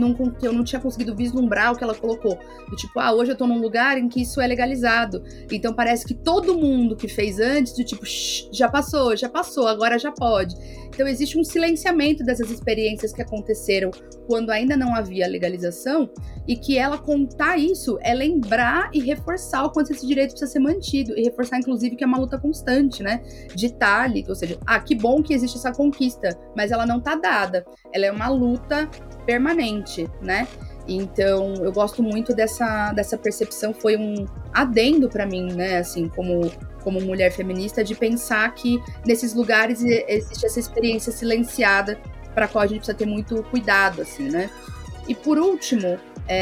S4: eu não tinha conseguido vislumbrar o que ela colocou. Do tipo, hoje eu tô num lugar em que isso é legalizado. Então parece que todo mundo que fez antes, do tipo, já passou, agora já pode. Então existe um silenciamento dessas experiências que aconteceram quando ainda não havia legalização, e que ela contar isso é lembrar e reforçar o quanto esse direito precisa ser mantido, e reforçar, inclusive, que é uma luta constante, né? De estar ali, ou seja, que bom que existe essa conquista, mas ela não tá dada. Ela é uma luta permanente, né? Então, eu gosto muito dessa percepção, foi um adendo pra mim, né? Assim, como mulher feminista, de pensar que nesses lugares existe essa experiência silenciada para a qual a gente precisa ter muito cuidado, assim, né? E por último,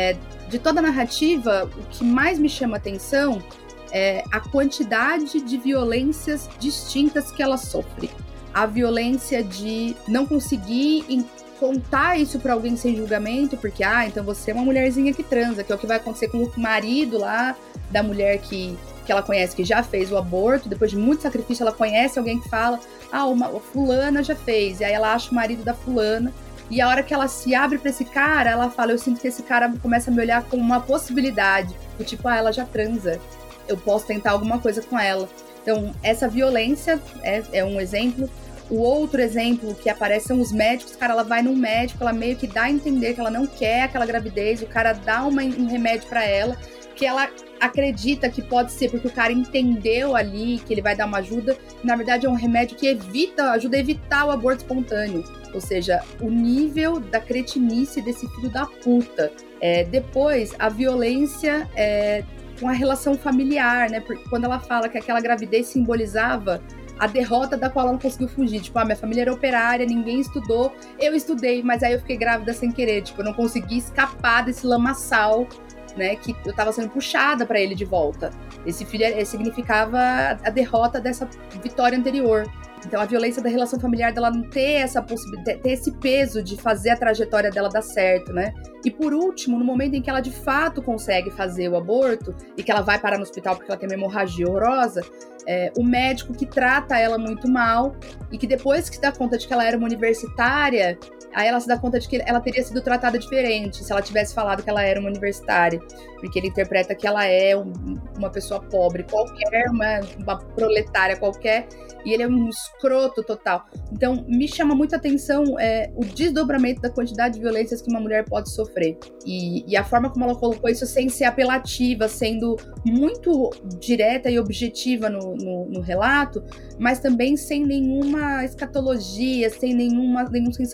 S4: de toda a narrativa, o que mais me chama atenção é a quantidade de violências distintas que ela sofre. A violência de não conseguir contar isso para alguém sem julgamento, porque, então você é uma mulherzinha que transa, que é o que vai acontecer com o marido lá da mulher que ela conhece, que já fez o aborto, depois de muito sacrifício, ela conhece alguém que fala, uma fulana já fez, e aí ela acha o marido da fulana, e a hora que ela se abre pra esse cara, ela fala, eu sinto que esse cara começa a me olhar como uma possibilidade, do tipo, ela já transa, eu posso tentar alguma coisa com ela. Então, essa violência é um exemplo. O outro exemplo que aparece são os médicos. Cara, ela vai num médico, ela meio que dá a entender que ela não quer aquela gravidez, o cara dá um remédio pra ela, que ela acredita que pode ser porque o cara entendeu ali que ele vai dar uma ajuda. Na verdade, é um remédio que ajuda a evitar o aborto espontâneo. Ou seja, o nível da cretinice desse filho da puta. Depois, a violência com a relação familiar, né? Porque quando ela fala que aquela gravidez simbolizava a derrota da qual ela não conseguiu fugir. Tipo, minha família era operária, ninguém estudou, eu estudei, mas aí eu fiquei grávida sem querer. Tipo, eu não consegui escapar desse lamaçal, né, que eu tava sendo puxada pra ele de volta. Esse filho significava a derrota dessa vitória anterior. Então a violência da relação familiar dela não ter essa possibilidade, ter esse peso de fazer a trajetória dela dar certo, né? E por último, no momento em que ela de fato consegue fazer o aborto e que ela vai parar no hospital porque ela tem uma hemorragia horrorosa, o médico que trata ela muito mal e que depois que se dá conta de que ela era uma universitária, aí ela se dá conta de que ela teria sido tratada diferente se ela tivesse falado que ela era uma universitária, porque ele interpreta que ela é uma pessoa pobre qualquer, uma proletária qualquer, e ele é um escroto total. Então, me chama muito a atenção o desdobramento da quantidade de violências que uma mulher pode sofrer. E a forma como ela colocou isso sem ser apelativa, sendo muito direta e objetiva no relato, mas também sem nenhuma escatologia, sem nenhum sensacionalismo,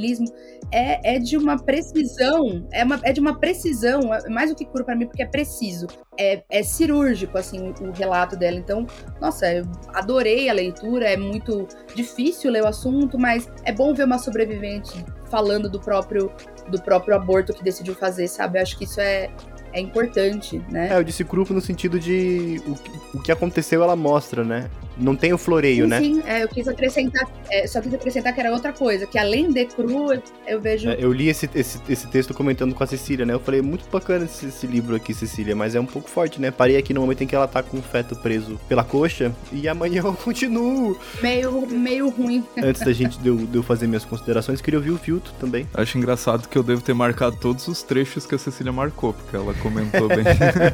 S4: realismo, é de uma precisão, é de uma precisão, mais do que cru pra mim, porque é preciso. É cirúrgico, assim, o relato dela. Então, nossa, eu adorei a leitura, é muito difícil ler o assunto, mas é bom ver uma sobrevivente falando do próprio aborto que decidiu fazer, sabe? Eu acho que isso é importante, né?
S3: Eu disse cru no sentido de o que aconteceu ela mostra, né? Não tem o floreio,
S4: sim,
S3: né?
S4: Sim, eu quis acrescentar, só quis acrescentar que era outra coisa, que além de cru, eu vejo...
S3: Eu li esse texto comentando com a Cecília, né? Eu falei, muito bacana esse livro aqui, Cecília, mas é um pouco forte, né? Parei aqui no momento em que ela tá com o feto preso pela coxa, e amanhã eu continuo.
S4: Meio ruim.
S3: Antes da gente de eu fazer minhas considerações, queria ouvir o Vilto também.
S5: Acho engraçado que eu devo ter marcado todos os trechos que a Cecília marcou, porque ela comentou bem.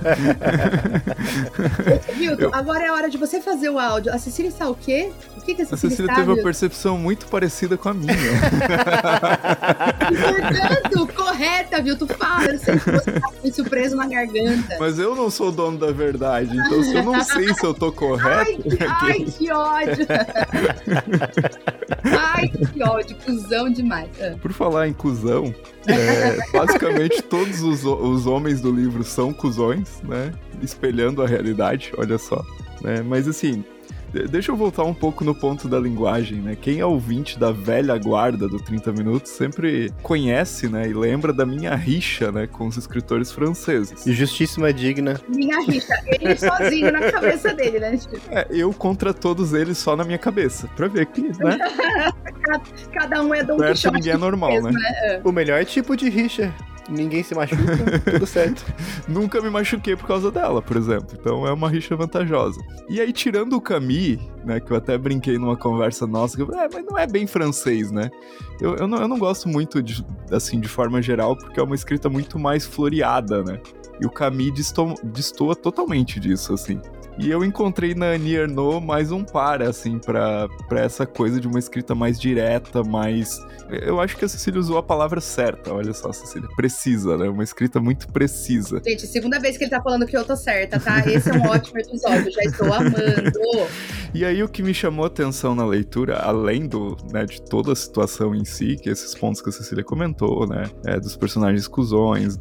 S4: Vilto, agora é a hora de você fazer o áudio. A Cecília está o quê? O que a Cecília está?
S5: Teve uma percepção muito parecida com a minha.
S4: Portanto, correta, Vilto. Fala, eu sei que você tá com isso preso na garganta.
S5: Mas eu não sou o dono da verdade, então se eu não sei se eu tô correto...
S4: Ai, que ódio. Ai, que ódio. Cusão demais.
S5: Por falar em cuzão, basicamente todos os homens do livro são cuzões, né? Espelhando a realidade, olha só. Né? Mas assim... Deixa eu voltar um pouco no ponto da linguagem, né? Quem é ouvinte da velha guarda do 30 Minutos sempre conhece, né? E lembra da minha rixa, né? Com os escritores franceses.
S3: E justíssima digna.
S4: Minha rixa. Ele sozinho na cabeça dele, né?
S5: Eu contra todos eles só na minha cabeça. Pra ver que, né?
S4: Cada um é Don
S5: Quixote.
S4: Quixote.
S5: Ninguém é normal,
S4: mesmo,
S5: né?
S3: O melhor tipo de rixa. Ninguém se machuca, tudo certo.
S5: Nunca me machuquei por causa dela, por exemplo. Então é uma rixa vantajosa. E aí, tirando o Camus, né, que eu até brinquei numa conversa nossa, que eu falei, mas não é bem francês, né? Eu não gosto muito, assim, de forma geral, porque é uma escrita muito mais floreada, né? E o Camus destoa totalmente disso, assim. E eu encontrei na Annie Ernaux mais um par, assim, pra essa coisa de uma escrita mais direta, mais... Eu acho que a Cecília usou a palavra certa, olha só, Cecília. Precisa, né? Uma escrita muito precisa.
S4: Gente, segunda vez que ele tá falando que eu tô certa, tá? Esse é um ótimo episódio, já estou amando.
S5: E aí o que me chamou a atenção na leitura, além de toda a situação em si, que esses pontos que a Cecília comentou, né? Dos personagens cuzões,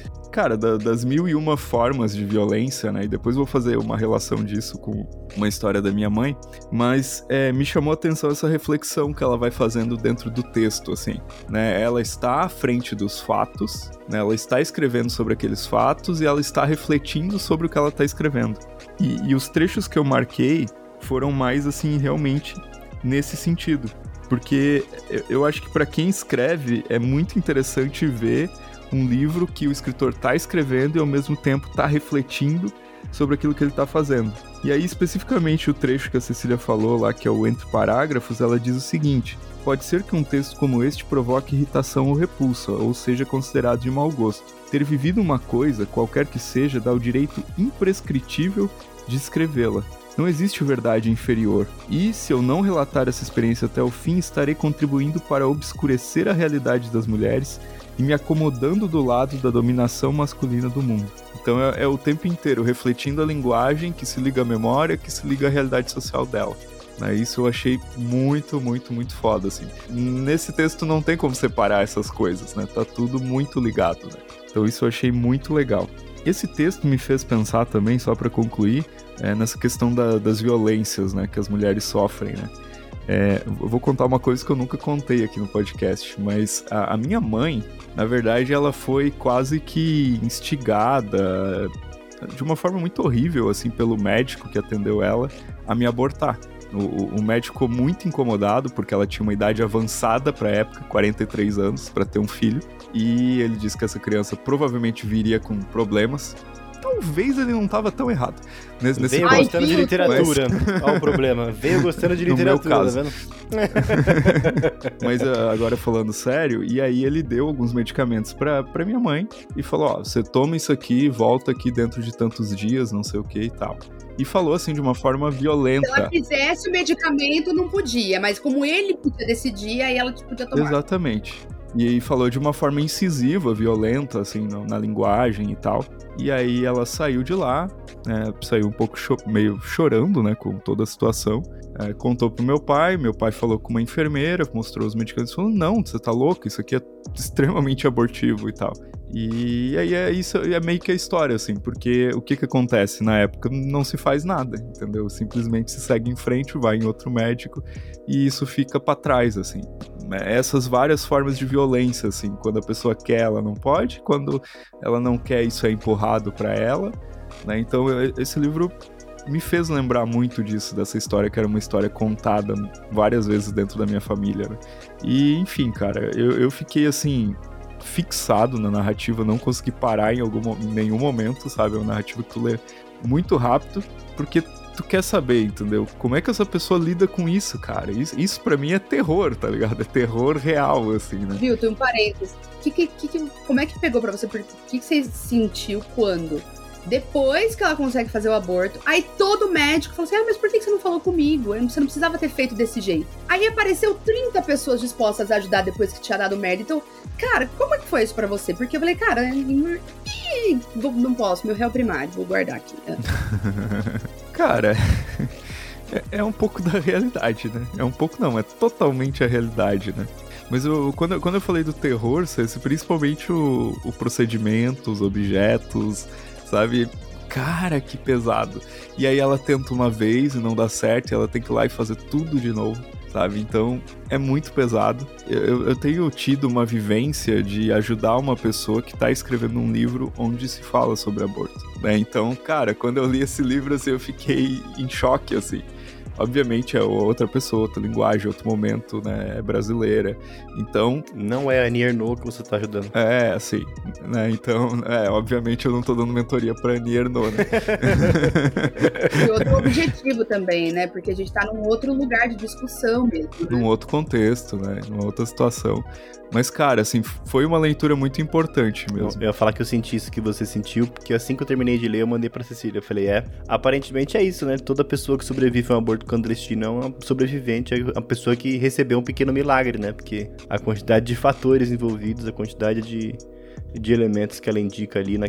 S5: das 1001 formas de violência, né? E depois vou fazer uma relação disso com uma história da minha mãe, mas me chamou a atenção essa reflexão que ela vai fazendo dentro do texto, assim, né? Ela está à frente dos fatos, né? Ela está escrevendo sobre aqueles fatos e ela está refletindo sobre o que ela está escrevendo. E os trechos que eu marquei foram mais, assim, realmente nesse sentido, porque eu acho que para quem escreve é muito interessante ver um livro que o escritor está escrevendo e ao mesmo tempo está refletindo sobre aquilo que ele está fazendo. E aí, especificamente, o trecho que a Cecília falou lá, que é o entre parágrafos, ela diz o seguinte: pode ser que um texto como este provoque irritação ou repulsa, ou seja considerado de mau gosto. Ter vivido uma coisa, qualquer que seja, dá o direito imprescritível de escrevê-la. Não existe verdade inferior, e se eu não relatar essa experiência até o fim, estarei contribuindo para obscurecer a realidade das mulheres e me acomodando do lado da dominação masculina do mundo. Então é o tempo inteiro refletindo a linguagem que se liga à memória, que se liga à realidade social dela. Isso eu achei muito, muito, muito foda, assim. Nesse texto não tem como separar essas coisas, né? Tá tudo muito ligado, né? Então isso eu achei muito legal. Esse texto me fez pensar também, só para concluir, nessa questão das violências, né, que as mulheres sofrem, né? Eu vou contar uma coisa que eu nunca contei aqui no podcast, mas a minha mãe, na verdade, ela foi quase que instigada, de uma forma muito horrível, assim, pelo médico que atendeu ela, a me abortar. O médico ficou muito incomodado, porque ela tinha uma idade avançada para a época, 43 anos, para ter um filho, e ele disse que essa criança provavelmente viria com problemas. Talvez ele não estava tão errado.
S3: Veio gostando de literatura. Olha o problema. Veio gostando de literatura,
S5: no meu caso.
S3: Tá vendo?
S5: Mas agora falando sério, e aí ele deu alguns medicamentos pra minha mãe e falou, você toma isso aqui, volta aqui dentro de tantos dias, não sei o que e tal. E falou assim de uma forma violenta.
S4: Se ela quisesse o medicamento, não podia, mas como ele podia decidir, aí ela podia tomar.
S5: Exatamente. E falou de uma forma incisiva, violenta, assim, na linguagem e tal. E aí ela saiu de lá, né, saiu um pouco meio chorando, né, com toda a situação. Contou pro meu pai falou com uma enfermeira, mostrou os medicamentos, falou, não, você tá louco, isso aqui é extremamente abortivo e tal. E aí isso é meio que a história, assim, porque o que acontece? Na época não se faz nada, entendeu? Simplesmente se segue em frente, vai em outro médico e isso fica pra trás, assim. Essas várias formas de violência, assim, quando a pessoa quer, ela não pode, quando ela não quer, isso é empurrado pra ela, né? Então esse livro me fez lembrar muito disso, dessa história que era uma história contada várias vezes dentro da minha família, né? E, enfim, cara, eu fiquei, assim, fixado na narrativa, não consegui parar em nenhum momento, sabe? É uma narrativa que tu lê muito rápido, porque tu quer saber, entendeu? Como é que essa pessoa lida com isso, cara? Isso pra mim é terror, tá ligado? É terror real, assim, né?
S4: Viu, tem um parênteses. Como é que pegou pra você? O que você sentiu quando? Depois que ela consegue fazer o aborto, aí todo médico falou assim, mas por que você não falou comigo? Você não precisava ter feito desse jeito. Aí apareceu 30 pessoas dispostas a ajudar depois que tinha dado merda. Então, cara, como é que foi isso pra você? Porque eu falei, cara, não posso, meu réu primário, vou guardar aqui.
S5: Cara, é um pouco da realidade, né? É um pouco não, é totalmente a realidade, né? Mas quando eu falei do terror, principalmente o procedimento, os objetos, sabe? Cara, que pesado. E aí ela tenta uma vez e não dá certo, e ela tem que ir lá e fazer tudo de novo, sabe? Então, é muito pesado. Eu tenho tido uma vivência de ajudar uma pessoa que tá escrevendo um livro onde se fala sobre aborto, né? Então, cara, quando eu li esse livro, assim, eu fiquei em choque, assim. Obviamente é outra pessoa, outra linguagem, outro momento, né, é brasileira, então...
S3: Não é a Annie Ernaux que você tá ajudando.
S5: É, assim, né, então, obviamente eu não tô dando mentoria pra Annie Ernaux, né.
S4: E outro objetivo também, né, porque a gente tá num outro lugar de discussão mesmo. Né?
S5: Num outro contexto, né, numa outra situação. Mas, cara, assim, foi uma leitura muito importante mesmo.
S3: Eu ia falar que eu senti isso que você sentiu, porque assim que eu terminei de ler, eu mandei pra Cecília. Eu falei, aparentemente é isso, né? Toda pessoa que sobrevive a um aborto clandestino é uma sobrevivente, é uma pessoa que recebeu um pequeno milagre, né? Porque a quantidade de fatores envolvidos, a quantidade de elementos que ela indica ali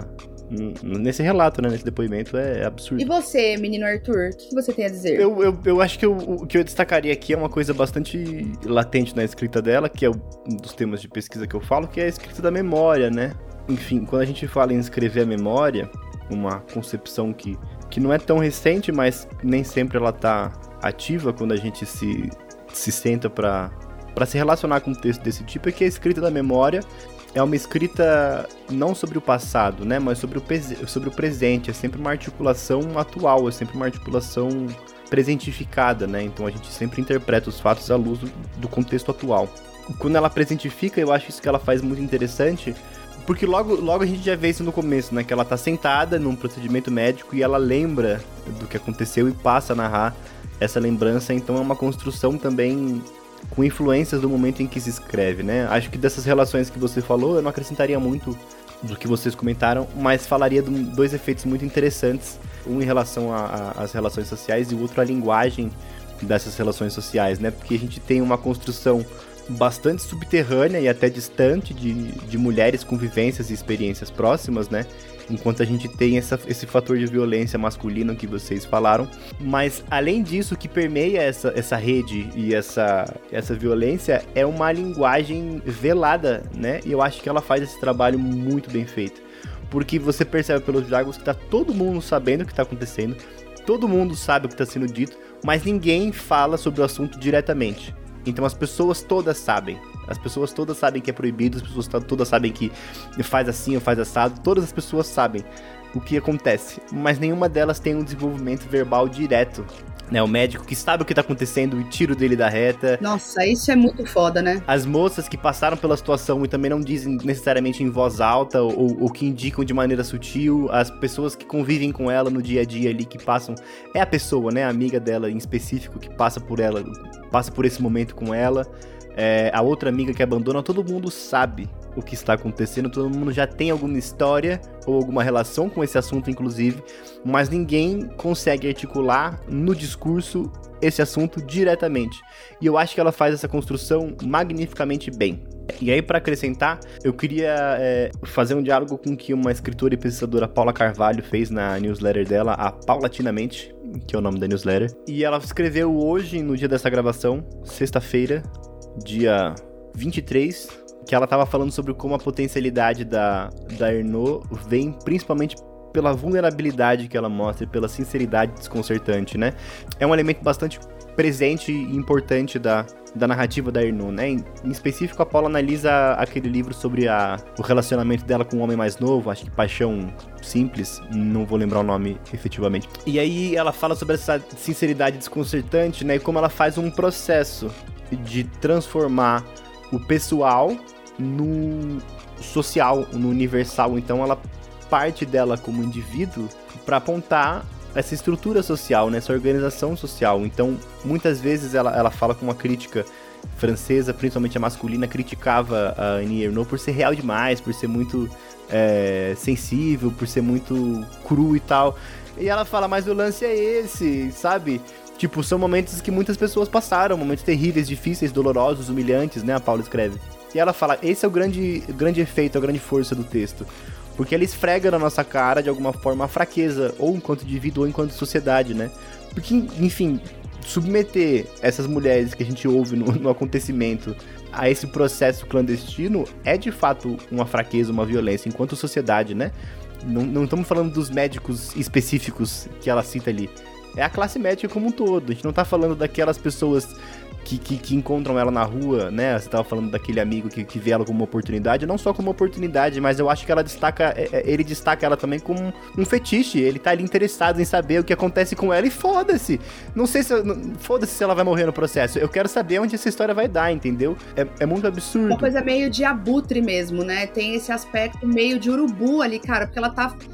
S3: nesse relato, né? Nesse depoimento é absurdo.
S4: E você, menino Arthur, o que você tem a dizer?
S3: Eu acho que o que eu destacaria aqui é uma coisa bastante latente na escrita dela, que é um dos temas de pesquisa que eu falo, que é a escrita da memória, né? Enfim, quando a gente fala em escrever a memória, uma concepção que não é tão recente, mas nem sempre ela tá ativa quando a gente se senta para se relacionar com um texto desse tipo, é que a escrita da memória é uma escrita não sobre o passado, né, mas sobre o presente. É sempre uma articulação atual, é sempre uma articulação presentificada, né? Então a gente sempre interpreta os fatos à luz do contexto atual. Quando ela presentifica, eu acho isso que ela faz muito interessante, porque logo a gente já vê isso no começo, né? Que ela tá sentada num procedimento médico e ela lembra do que aconteceu e passa a narrar essa lembrança. Então é uma construção também com influências do momento em que se escreve, né? Acho que dessas relações que você falou, eu não acrescentaria muito do que vocês comentaram, mas falaria de dois efeitos muito interessantes, um em relação às relações sociais e o outro à linguagem dessas relações sociais, né? Porque a gente tem uma construção bastante subterrânea e até distante de mulheres com vivências e experiências próximas, né? Enquanto a gente tem esse fator de violência masculina que vocês falaram. Mas, além disso, o que permeia essa rede e essa violência é uma linguagem velada, né? E eu acho que ela faz esse trabalho muito bem feito. Porque você percebe pelos diálogos que tá todo mundo sabendo o que tá acontecendo, todo mundo sabe o que tá sendo dito, mas ninguém fala sobre o assunto diretamente. Então as pessoas todas sabem. As pessoas todas sabem que é proibido, as pessoas todas sabem que faz assim ou faz assado. Todas as pessoas sabem o que acontece, mas nenhuma delas tem um desenvolvimento verbal direto, né? O médico que sabe o que tá acontecendo e tira o dele da reta.
S4: Nossa, isso é muito foda, né?
S3: As moças que passaram pela situação e também não dizem necessariamente em voz alta ou que indicam de maneira sutil. As pessoas que convivem com ela no dia a dia ali, que passam... É a pessoa, né? A amiga dela em específico que passa por ela, passa por esse momento com ela. A outra amiga que abandona, todo mundo sabe o que está acontecendo, todo mundo já tem alguma história ou alguma relação com esse assunto, inclusive, mas ninguém consegue articular no discurso esse assunto diretamente. E eu acho que ela faz essa construção magnificamente bem. E aí, para acrescentar, eu queria fazer um diálogo com o que uma escritora e pesquisadora, Paula Carvalho, fez na newsletter dela, a Paulatinamente, que é o nome da newsletter. E ela escreveu hoje, no dia dessa gravação, sexta-feira, dia 23, que ela estava falando sobre como a potencialidade da Ernaux vem principalmente pela vulnerabilidade que ela mostra e pela sinceridade desconcertante, né? É um elemento bastante presente e importante da narrativa da Ernaux, né? Em específico, a Paula analisa aquele livro sobre o relacionamento dela com um homem mais novo, acho que Paixão Simples, não vou lembrar o nome efetivamente. E aí ela fala sobre essa sinceridade desconcertante, né? E como ela faz um processo de transformar o pessoal no social, no universal. Então ela parte dela como indivíduo para apontar essa estrutura social, né, essa organização social. Então, muitas vezes ela fala com uma crítica francesa, principalmente a masculina, criticava a Annie Ernaux por ser real demais, por ser muito sensível, por ser muito cru e tal. E ela fala, mas o lance é esse, sabe? Tipo, são momentos que muitas pessoas passaram, momentos terríveis, difíceis, dolorosos, humilhantes, né, a Paula escreve. E ela fala, esse é o grande efeito, a grande força do texto. Porque ela esfrega na nossa cara, de alguma forma, a fraqueza, ou enquanto indivíduo, ou enquanto sociedade, né? Porque, enfim, submeter essas mulheres que a gente ouve no acontecimento a esse processo clandestino é, de fato, uma fraqueza, uma violência, enquanto sociedade, né? Não estamos falando dos médicos específicos que ela cita ali. É a classe médica como um todo. A gente não tá falando daquelas pessoas que encontram ela na rua, né? Você tava falando daquele amigo que vê ela como uma oportunidade, não só como uma oportunidade, mas eu acho que ele destaca ela também como um fetiche. Ele tá ali interessado em saber o que acontece com ela e foda-se. Não sei foda-se se ela vai morrer no processo. Eu quero saber onde essa história vai dar, entendeu? É muito absurdo.
S4: Uma coisa meio de abutre mesmo, né? Tem esse aspecto meio de urubu ali, cara, porque ela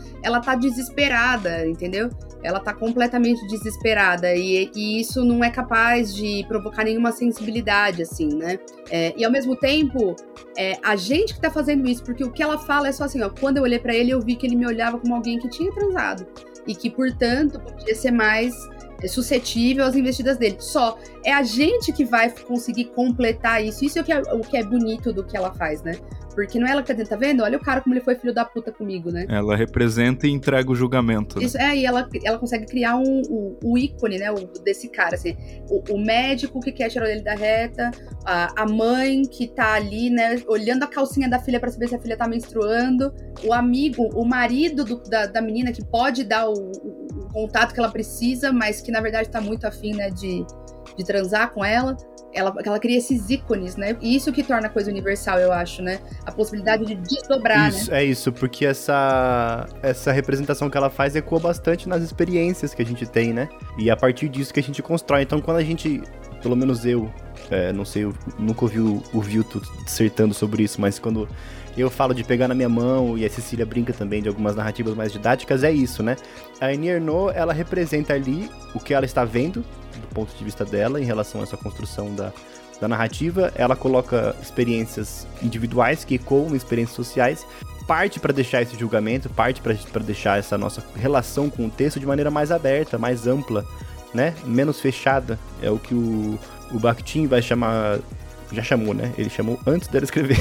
S4: tá desesperada, entendeu? Ela tá completamente desesperada e isso não é capaz de provocar nenhuma sensibilidade, assim, né? E ao mesmo tempo, a gente que tá fazendo isso, porque o que ela fala é só assim, ó, quando eu olhei pra ele, eu vi que ele me olhava como alguém que tinha transado e que, portanto, podia ser mais suscetível às investidas dele. Só é a gente que vai conseguir completar isso. Isso é o que é bonito do que ela faz, né? Porque não é ela que tá vendo? Olha o cara como ele foi filho da puta comigo, né?
S5: Ela representa e entrega o julgamento. Né?
S4: Isso, e ela consegue criar o ícone, né, desse cara, assim. O médico que quer tirar ele da reta, a mãe que tá ali, né, olhando a calcinha da filha pra saber se a filha tá menstruando, o amigo, o marido da menina que pode dar o contato que ela precisa, mas que na verdade tá muito afim, né, de transar com ela. Ela cria esses ícones, né? E isso que torna a coisa universal, eu acho, né? A possibilidade de desdobrar,
S3: isso,
S4: né?
S3: É isso, porque essa representação que ela faz ecoa bastante nas experiências que a gente tem, né? E é a partir disso que a gente constrói. Então, quando a gente, pelo menos eu, não sei, eu nunca ouvi o Vilto dissertando sobre isso, mas quando eu falo de pegar na minha mão, e a Cecília brinca também de algumas narrativas mais didáticas, é isso, né? A Annie Ernaux, ela representa ali o que ela está vendo, do ponto de vista dela, em relação a essa construção da narrativa. Ela coloca experiências individuais que ecoam experiências sociais, parte para deixar esse julgamento, parte para deixar essa nossa relação com o texto de maneira mais aberta, mais ampla, né? Menos fechada. É o que o Bakhtin vai chamar... Já chamou, né? Ele chamou antes dela escrever.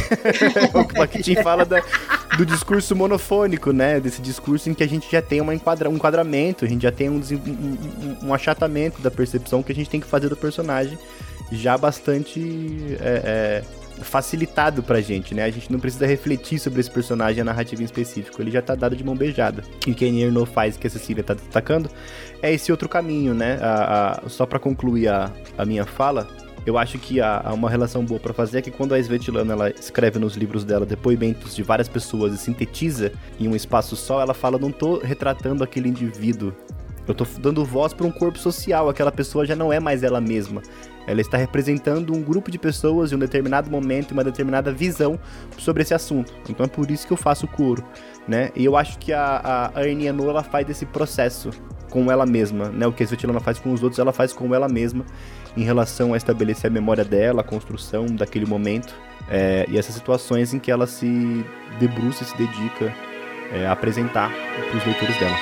S3: O Bakhtin fala do discurso monofônico, né? Desse discurso em que a gente já tem um enquadramento, a gente já tem um achatamento da percepção que a gente tem que fazer do personagem, já bastante facilitado pra gente, né? A gente não precisa refletir sobre esse personagem, a narrativa em específico, ele já tá dado de mão beijada. E o que a Annie Ernaux faz, que a Cecília tá destacando, é esse outro caminho, né? Só pra concluir a minha fala, eu acho que há uma relação boa pra fazer é que quando a Svetlana ela escreve nos livros dela depoimentos de várias pessoas e sintetiza em um espaço só, ela fala, não tô retratando aquele indivíduo, eu tô dando voz para um corpo social, aquela pessoa já não é mais ela mesma, ela está representando um grupo de pessoas em um determinado momento, uma determinada visão sobre esse assunto, então é por isso que eu faço coro, né? E eu acho que a Annie Ernaux, ela faz esse processo com ela mesma, né? O que a Svetlana faz com os outros, ela faz com ela mesma, em relação a estabelecer a memória dela, a construção daquele momento, e essas situações em que ela se debruça e se dedica a apresentar para os leitores dela.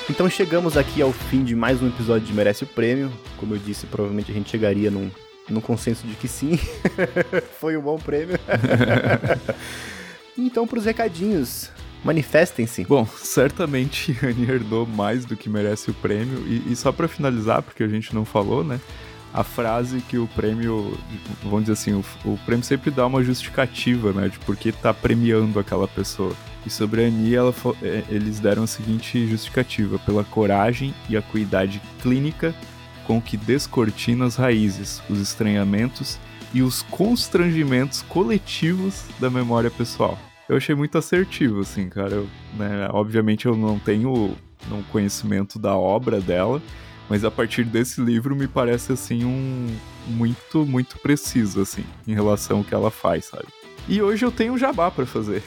S3: Então chegamos aqui ao fim de mais um episódio de Merece o Prêmio. Como eu disse, provavelmente a gente chegaria num consenso de que sim. Foi um bom prêmio. Então, pros recadinhos, manifestem-se.
S5: Bom, certamente a Annie herdou mais do que merece o prêmio. E só pra finalizar, porque a gente não falou, né? A frase que o prêmio, vamos dizer assim, o prêmio sempre dá uma justificativa, né? De por que tá premiando aquela pessoa. E sobre a Annie, eles deram a seguinte justificativa: pela coragem e acuidade clínica com que descortina as raízes, os estranhamentos e os constrangimentos coletivos da memória pessoal. Eu achei muito assertivo, assim, cara. Obviamente eu não tenho conhecimento da obra dela, mas a partir desse livro me parece, assim, muito, muito preciso, assim, em relação ao que ela faz, sabe? E hoje eu tenho um jabá pra fazer.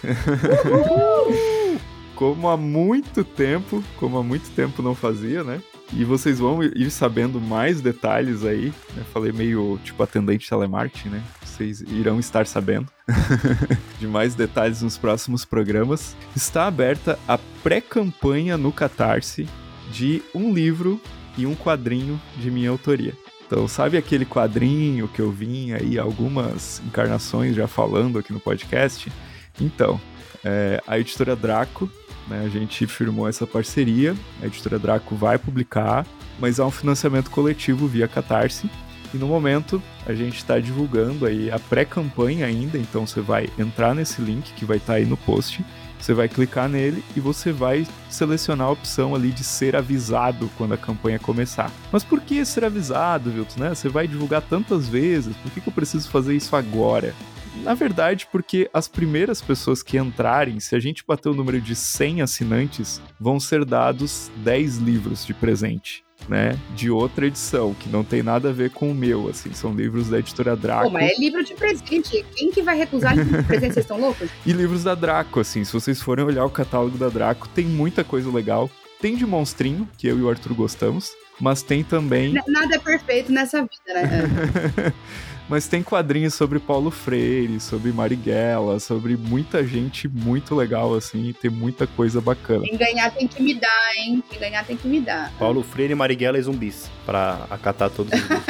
S5: Como há muito tempo não fazia, né? E vocês vão ir sabendo mais detalhes aí, né? Falei meio tipo atendente telemarketing, né? Vocês irão estar sabendo de mais detalhes nos próximos programas. Está aberta a pré-campanha no Catarse de um livro e um quadrinho de minha autoria. Então, sabe aquele quadrinho que eu vim aí algumas encarnações já falando aqui no podcast? Então, a editora Draco, né, a gente firmou essa parceria, a editora Draco vai publicar, mas há um financiamento coletivo via Catarse, e no momento a gente está divulgando aí a pré-campanha ainda, então você vai entrar nesse link que vai estar aí no post, você vai clicar nele e você vai selecionar a opção ali de ser avisado quando a campanha começar. Mas por que ser avisado, Vilton, né? Você vai divulgar tantas vezes, por que eu preciso fazer isso agora? Na verdade, porque as primeiras pessoas que entrarem, se a gente bater o número de 100 assinantes, vão ser dados 10 livros de presente, né? De outra edição, que não tem nada a ver com o meu, assim, são livros da editora Draco.
S4: Pô, mas é livro de presente, quem que vai recusar livro de presente? Vocês estão loucos?
S5: E livros da Draco, assim, se vocês forem olhar o catálogo da Draco, tem muita coisa legal. Tem de monstrinho, que eu e o Arthur gostamos, mas tem também...
S4: Nada é perfeito nessa vida, né?
S5: Mas tem quadrinhos sobre Paulo Freire, sobre Marighella, sobre muita gente muito legal, assim, e tem muita coisa bacana.
S4: Quem ganhar tem que me dar, hein? Quem ganhar tem que me dar.
S3: Paulo Freire, Marighella e zumbis, pra acatar todos os livros.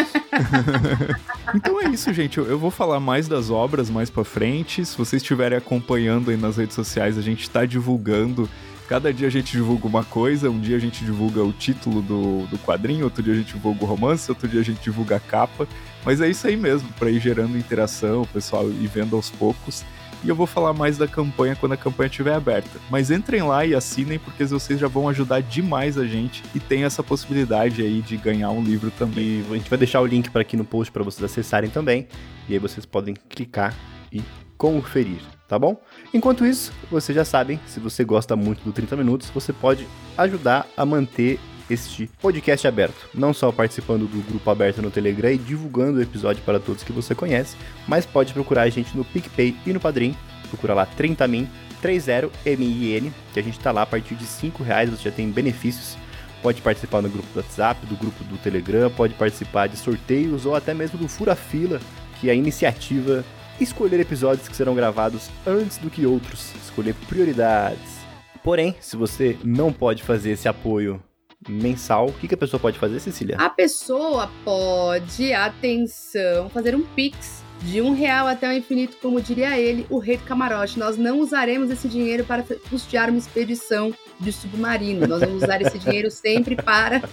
S5: Então é isso, gente. Eu vou falar mais das obras mais pra frente. Se vocês estiverem acompanhando aí nas redes sociais, a gente tá divulgando. Cada dia a gente divulga uma coisa, um dia a gente divulga o título do quadrinho, outro dia a gente divulga o romance, outro dia a gente divulga a capa. Mas é isso aí mesmo, para ir gerando interação, o pessoal ir vendo aos poucos. E eu vou falar mais da campanha quando a campanha estiver aberta. Mas entrem lá e assinem, porque vocês já vão ajudar demais a gente. E tem essa possibilidade aí de ganhar um livro também.
S3: E a gente vai deixar o link para aqui no post para vocês acessarem também. E aí vocês podem clicar e conferir, tá bom? Enquanto isso, vocês já sabem, se você gosta muito do 30 Minutos, você pode ajudar a manter este podcast aberto, não só participando do grupo aberto no Telegram e divulgando o episódio para todos que você conhece, mas pode procurar a gente no PicPay e no Padrim, procura lá 30min, 30min, que a gente tá lá a partir de R$5, você já tem benefícios, pode participar no grupo do WhatsApp, do grupo do Telegram, pode participar de sorteios ou até mesmo do Fura Fila, que é a iniciativa escolher episódios que serão gravados antes do que outros, escolher prioridades. Porém, se você não pode fazer esse apoio mensal, o que a pessoa pode fazer, Cecília?
S4: A pessoa pode, atenção, fazer um Pix de R$1 até o infinito, como diria ele, o rei do camarote. Nós não usaremos esse dinheiro para custear uma expedição de submarino. Nós vamos usar esse dinheiro sempre para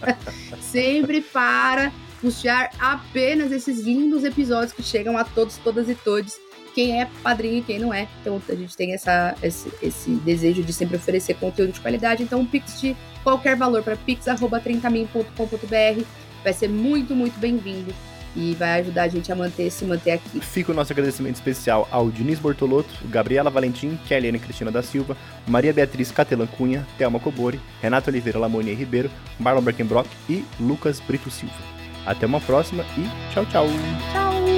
S4: custear apenas esses lindos episódios que chegam a todos, todas e todos. Quem é padrinho e quem não é. Então a gente tem esse desejo de sempre oferecer conteúdo de qualidade. Então um Pix de qualquer valor para pix@30min.com.br vai ser muito, muito bem-vindo e vai ajudar a gente a se manter aqui.
S3: Fica o nosso agradecimento especial ao Diniz Bortolotto, Gabriela Valentim, Kelly Cristina da Silva, Maria Beatriz Catelan Cunha, Thelma Cobori, Renato Oliveira Lamonier Ribeiro, Marlon Berkenbrock e Lucas Brito Silva. Até uma próxima e tchau, tchau!
S4: Tchau!